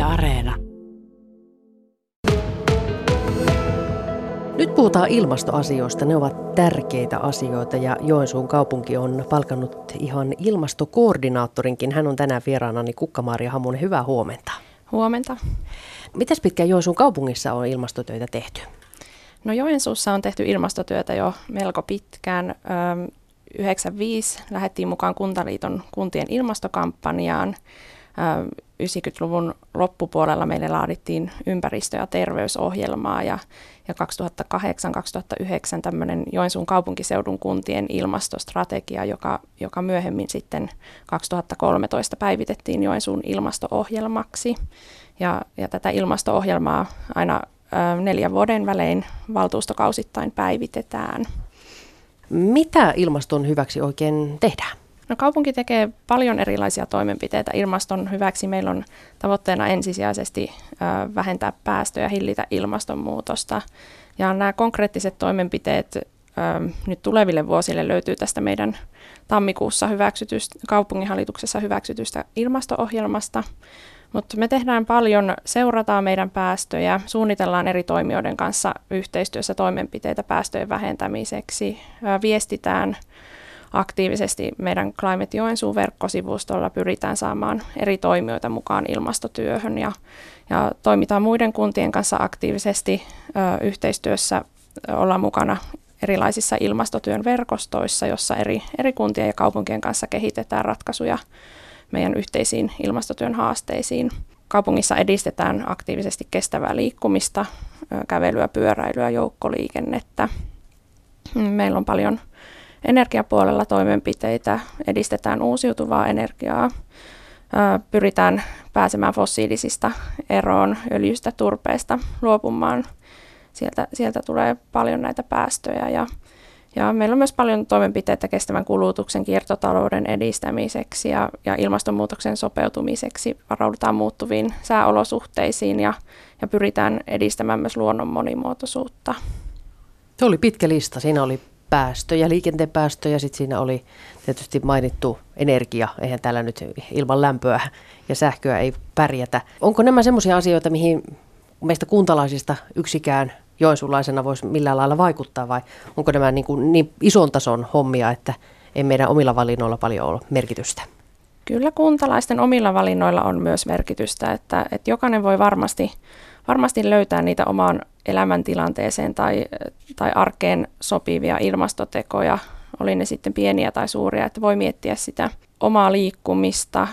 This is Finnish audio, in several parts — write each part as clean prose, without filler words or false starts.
Areena. Nyt puhutaan ilmastoasioista. Ne ovat tärkeitä asioita ja Joensuun kaupunki on palkannut ihan ilmastokoordinaattorinkin. Hän on tänään vieraanani Kukka-Maria Hamunen. Hyvää huomenta. Huomenta. Mitäs pitkään Joensuun kaupungissa on ilmastotöitä tehty? No Joensuussa on tehty ilmastotyötä jo melko pitkään. 95 lähdettiin mukaan Kuntaliiton kuntien ilmastokampanjaan. 90-luvun loppupuolella meille laadittiin ympäristö- ja terveysohjelmaa ja 2008-2009 tämmöinen Joensuun kaupunkiseudun kuntien ilmastostrategia, joka myöhemmin sitten 2013 päivitettiin Joensuun ilmasto-ohjelmaksi. Ja tätä ilmasto-ohjelmaa aina 4 vuoden välein valtuustokausittain päivitetään. Mitä ilmaston hyväksi oikein tehdään? No, kaupunki tekee paljon erilaisia toimenpiteitä ilmaston hyväksi. Meillä on tavoitteena ensisijaisesti vähentää päästöjä, hillitä ilmastonmuutosta. Ja nämä konkreettiset toimenpiteet nyt tuleville vuosille löytyy tästä meidän tammikuussa kaupunginhallituksessa hyväksytystä ilmasto-ohjelmasta. Mutta me tehdään paljon, seurataan meidän päästöjä, suunnitellaan eri toimijoiden kanssa yhteistyössä toimenpiteitä päästöjen vähentämiseksi, viestitään aktiivisesti meidän Climate Joensuu -verkkosivustolla, pyritään saamaan eri toimijoita mukaan ilmastotyöhön ja toimitaan muiden kuntien kanssa aktiivisesti yhteistyössä, ollaan mukana erilaisissa ilmastotyön verkostoissa, jossa eri kuntien ja kaupunkien kanssa kehitetään ratkaisuja meidän yhteisiin ilmastotyön haasteisiin. Kaupungissa edistetään aktiivisesti kestävää liikkumista, kävelyä, pyöräilyä, joukkoliikennettä. Meillä on paljon energiapuolella toimenpiteitä, edistetään uusiutuvaa energiaa, pyritään pääsemään fossiilisista eroon, öljystä, turpeesta luopumaan. Sieltä tulee paljon näitä päästöjä ja meillä on myös paljon toimenpiteitä kestävän kulutuksen, kiertotalouden edistämiseksi ja ilmastonmuutoksen sopeutumiseksi. Varaudutaan muuttuviin sääolosuhteisiin ja pyritään edistämään myös luonnon monimuotoisuutta. Se oli pitkä lista. Siinä oli päästöjä, liikenteen päästöjä, sitten siinä oli tietysti mainittu energia. Eihän täällä nyt ilman lämpöä ja sähköä ei pärjätä. Onko nämä semmoisia asioita, mihin meistä kuntalaisista yksikään joensuulaisena voisi millään lailla vaikuttaa, vai onko nämä niin ison tason hommia, että ei meidän omilla valinnoilla paljon ole merkitystä? Kyllä kuntalaisten omilla valinnoilla on myös merkitystä, että jokainen voi varmasti löytää niitä omaan elämäntilanteeseen tai arkeen sopivia ilmastotekoja, oli ne sitten pieniä tai suuria, että voi miettiä sitä omaa liikkumista,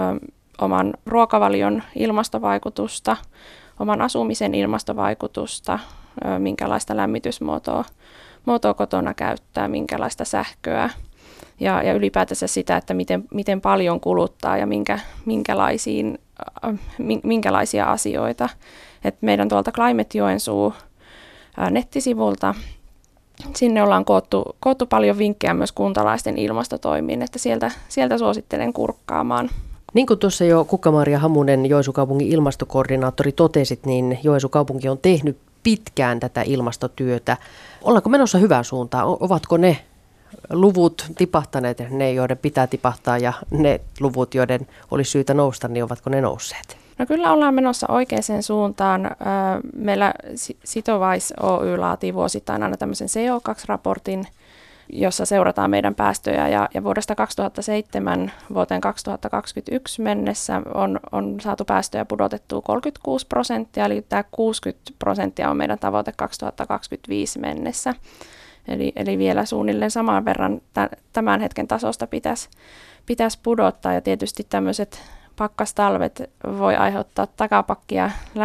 oman ruokavalion ilmastovaikutusta, oman asumisen ilmastovaikutusta, minkälaista lämmitysmuotoa kotona käyttää, minkälaista sähköä ja ylipäätänsä sitä, että miten paljon kuluttaa ja minkälaisia asioita. Et meidän tuolta Climate Joensuu nettisivulta sinne ollaan koottu paljon vinkkejä myös kuntalaisten ilmastotoimiin, että sieltä suosittelen kurkkaamaan. Niin kuin tuossa jo Kukka-Maria Hamunen, Joensuun kaupungin ilmastokoordinaattori, totesit, niin Joensuun kaupunki on tehnyt pitkään tätä ilmastotyötä. Ollaanko menossa hyvään suuntaan? Ovatko ne luvut tipahtaneet, ne joiden pitää tipahtaa ja ne luvut, joiden olisi syytä nousta, niin ovatko ne nousseet? No kyllä ollaan menossa oikeaan suuntaan. Meillä Sitovais Oy laatii vuosittain aina tämmöisen CO2-raportin, jossa seurataan meidän päästöjä ja vuodesta 2007 vuoteen 2021 mennessä on saatu päästöjä pudotettua 36%, eli tämä 60% on meidän tavoite 2025 mennessä. Eli vielä suunnilleen saman verran tämän hetken tasosta pitäisi pudottaa, ja tietysti tämmöiset pakkastalvet voi aiheuttaa takapakkia,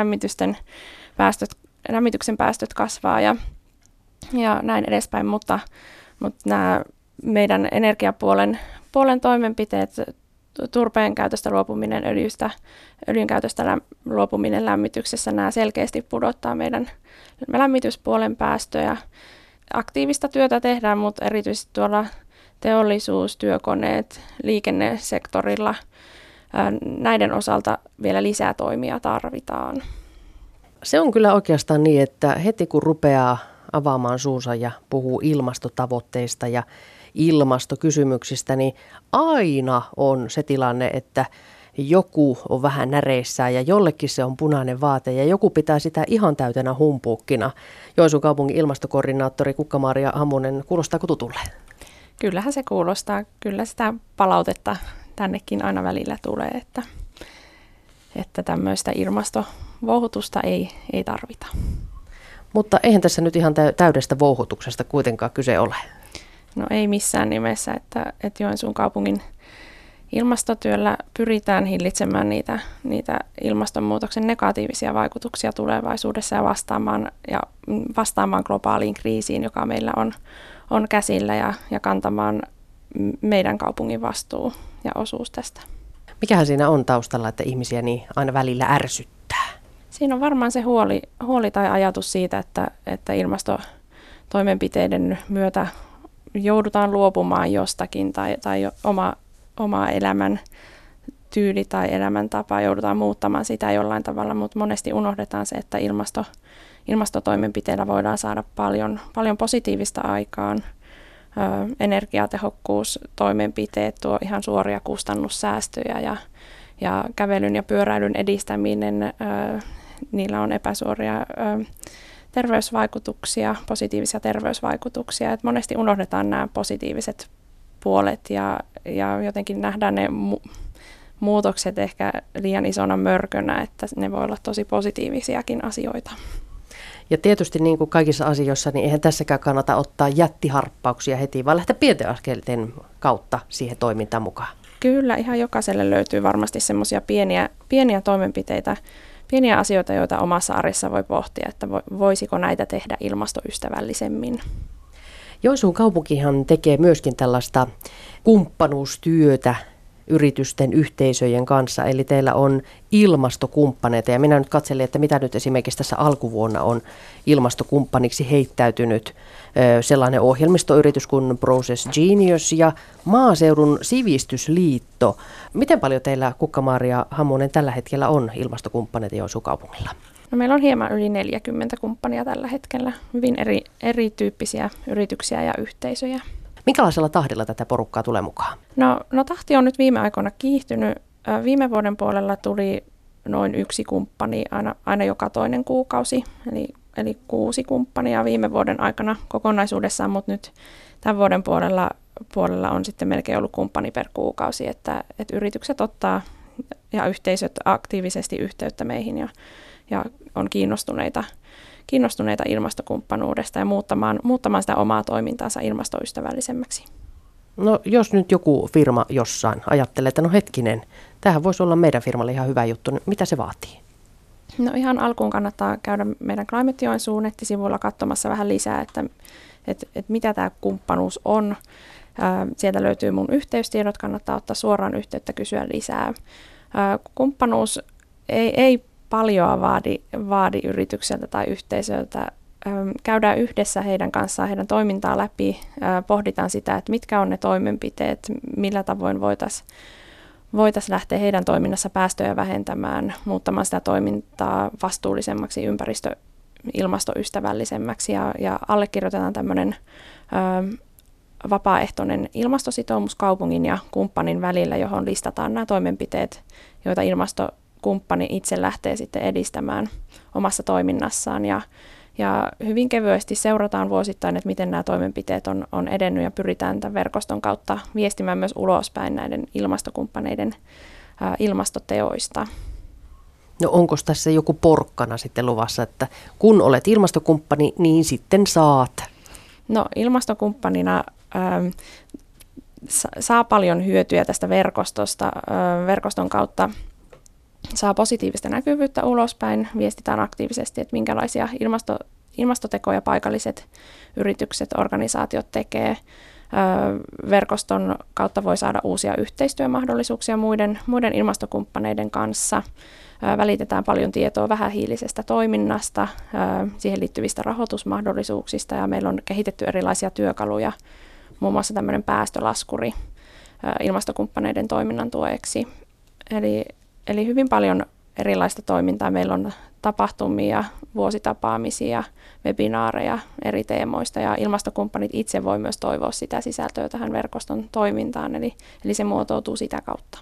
lämmityksen päästöt kasvaa ja näin edespäin, mutta nämä meidän energiapuolen toimenpiteet, turpeen käytöstä luopuminen, öljyn käytöstä luopuminen lämmityksessä, nämä selkeästi pudottaa meidän lämmityspuolen päästöjä. Aktiivista työtä tehdään, mutta erityisesti tuolla teollisuus, työkoneet, liikennesektorilla, näiden osalta vielä lisää toimia tarvitaan. Se on kyllä oikeastaan niin, että heti kun rupeaa avaamaan suunsa ja puhuu ilmastotavoitteista ja ilmastokysymyksistä, niin aina on se tilanne, että joku on vähän näreissään ja jollekin se on punainen vaate ja joku pitää sitä ihan täytenä humpuukkina. Joensuun kaupungin ilmastokoordinaattori Kukka-Maria Hammunen, kuulostaako tutulle? Kyllähän se kuulostaa. Kyllä sitä palautetta tännekin aina välillä tulee, että tämmöistä ilmastovouhutusta ei tarvita. Mutta eihän tässä nyt ihan täydestä vouhutuksesta kuitenkaan kyse ole. No ei missään nimessä, että Joensuun kaupungin ilmastotyöllä pyritään hillitsemään niitä ilmastonmuutoksen negatiivisia vaikutuksia tulevaisuudessa ja vastaamaan globaaliin kriisiin, joka meillä on käsillä ja kantamaan meidän kaupungin vastuu ja osuus tästä. Mikähän siinä on taustalla, että ihmisiä niin aina välillä ärsyttää? Siinä on varmaan se huoli tai ajatus siitä, että ilmastotoimenpiteiden myötä joudutaan luopumaan jostakin tai oma elämän tyyli tai elämäntapa joudutaan muuttamaan sitä jollain tavalla, mutta monesti unohdetaan se, että ilmastotoimenpiteillä voidaan saada paljon positiivista aikaan. Energiatehokkuustoimenpiteet tuo ihan suoria kustannussäästöjä ja kävelyn ja pyöräilyn edistäminen, niillä on epäsuoria terveysvaikutuksia, positiivisia terveysvaikutuksia. Et monesti unohdetaan nämä positiiviset puolet ja jotenkin nähdään ne muutokset ehkä liian isona mörkönä, että ne voi olla tosi positiivisiakin asioita. Ja tietysti niin kuin kaikissa asioissa, niin eihän tässäkään kannata ottaa jättiharppauksia heti, vaan lähteä pienten askelten kautta siihen toimintaan mukaan. Kyllä, ihan jokaiselle löytyy varmasti semmoisia pieniä toimenpiteitä, pieniä asioita, joita omassa arjessa voi pohtia, että voisiko näitä tehdä ilmastoystävällisemmin. Joensuun kaupunkihan tekee myöskin tällaista kumppanuustyötä yritysten, yhteisöjen kanssa, eli teillä on ilmastokumppaneita, ja minä nyt katselin, että mitä nyt esimerkiksi tässä alkuvuonna on ilmastokumppaniksi heittäytynyt sellainen ohjelmistoyritys kuin Process Genius ja Maaseudun sivistysliitto. Miten paljon teillä, Kukka-Maria Hammunen, tällä hetkellä on ilmastokumppaneita Joensuun kaupungilla? No, meillä on hieman yli 40 kumppania tällä hetkellä, hyvin erityyppisiä yrityksiä ja yhteisöjä. Minkälaisella tahdilla tätä porukkaa tulee mukaan? No tahti on nyt viime aikoina kiihtynyt. Viime vuoden puolella tuli noin 1 kumppani aina joka toinen kuukausi, eli 6 kumppania viime vuoden aikana kokonaisuudessaan, mutta nyt tämän vuoden puolella on sitten melkein ollut kumppani per kuukausi, että yritykset ottaa ja yhteisöt aktiivisesti yhteyttä meihin ja on kiinnostuneita ilmastokumppanuudesta ja muuttamaan sitä omaa toimintaansa ilmastoystävällisemmäksi. No jos nyt joku firma jossain ajattelee, että no hetkinen, tämähän voisi olla meidän firmalle ihan hyvä juttu, niin mitä se vaatii? No ihan alkuun kannattaa käydä meidän Climate Joensuun nettisivuilla katsomassa vähän lisää, että mitä tämä kumppanuus on. Sieltä löytyy mun yhteystiedot, kannattaa ottaa suoraan yhteyttä, kysyä lisää. Kumppanuus ei paljoa vaadi yritykseltä tai yhteisöltä. Käydään yhdessä heidän kanssaan heidän toimintaa läpi, pohditaan sitä, että mitkä on ne toimenpiteet, millä tavoin voitaisiin lähteä heidän toiminnassa päästöjä vähentämään, muuttamaan sitä toimintaa vastuullisemmaksi, ilmastoystävällisemmäksi ja allekirjoitetaan tämmöinen vapaaehtoinen ilmastositoumus kaupungin ja kumppanin välillä, johon listataan nämä toimenpiteet, joita ilmastokumppani itse lähtee sitten edistämään omassa toiminnassaan ja hyvin kevyesti seurataan vuosittain, että miten nämä toimenpiteet on edennyt ja pyritään tämän verkoston kautta viestimään myös ulospäin näiden ilmastokumppaneiden ilmastoteoista. No onko tässä joku porkkana sitten luvassa, että kun olet ilmastokumppani, niin sitten saat? No ilmastokumppanina saa paljon hyötyä tästä verkostosta. Verkoston kautta saa positiivista näkyvyyttä ulospäin, viestitään aktiivisesti, että minkälaisia ilmastotekoja paikalliset yritykset, organisaatiot tekee. Verkoston kautta voi saada uusia yhteistyömahdollisuuksia muiden ilmastokumppaneiden kanssa. Välitetään paljon tietoa vähähiilisestä toiminnasta, siihen liittyvistä rahoitusmahdollisuuksista ja meillä on kehitetty erilaisia työkaluja, muun muassa tämmöinen päästölaskuri ilmastokumppaneiden toiminnan tueksi. Eli hyvin paljon erilaista toimintaa. Meillä on tapahtumia, vuositapaamisia, webinaareja eri teemoista ja ilmastokumppanit itse voi myös toivoa sitä sisältöä tähän verkoston toimintaan, eli se muotoutuu sitä kautta.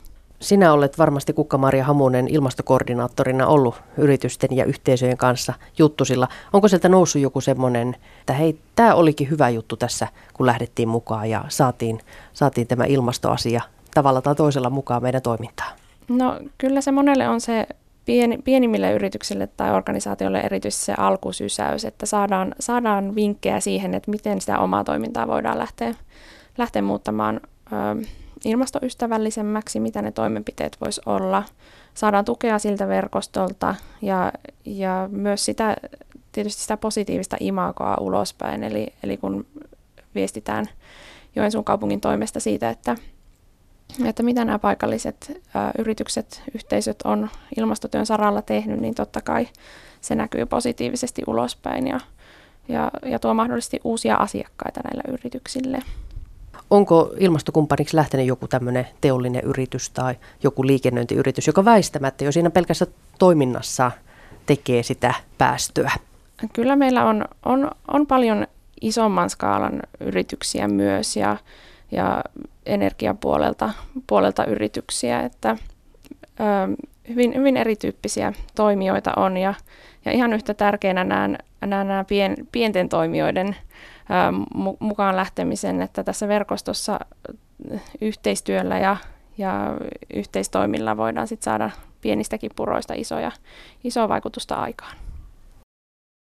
sinä olet varmasti Kukka-Maria Hamunen ilmastokoordinaattorina ollut yritysten ja yhteisöjen kanssa juttusilla. Onko sieltä noussut joku semmoinen, että hei, tämä olikin hyvä juttu tässä, kun lähdettiin mukaan ja saatiin tämä ilmastoasia tavalla tai toisella mukaan meidän toimintaan? No kyllä se monelle on se pienimmille yrityksille tai organisaatioille erityisesti se alkusysäys, että saadaan vinkkejä siihen, että miten sitä omaa toimintaa voidaan lähteä muuttamaan ilmastoystävällisemmäksi, mitä ne toimenpiteet voisi olla. Saadaan tukea siltä verkostolta ja myös tietysti sitä positiivista imagoa ulospäin, eli kun viestitään Joensuun kaupungin toimesta siitä, että mitä nämä paikalliset yritykset, yhteisöt on ilmastotyön saralla tehnyt, niin totta kai se näkyy positiivisesti ulospäin ja tuo mahdollisesti uusia asiakkaita näille yrityksille. Onko ilmastokumppaniksi lähtenyt joku tämmöinen teollinen yritys tai joku liikennöintiyritys, joka väistämättä jo siinä pelkässä toiminnassa tekee sitä päästöä? Kyllä meillä on paljon isomman skaalan yrityksiä myös ja energiapuolelta yrityksiä, että hyvin, hyvin erityyppisiä toimijoita on ja ihan yhtä tärkeänä näen nämä pienten toimijoiden mukaan lähtemisen, että tässä verkostossa yhteistyöllä ja yhteistoimilla voidaan sit saada pienistäkin puroista isoa vaikutusta aikaan.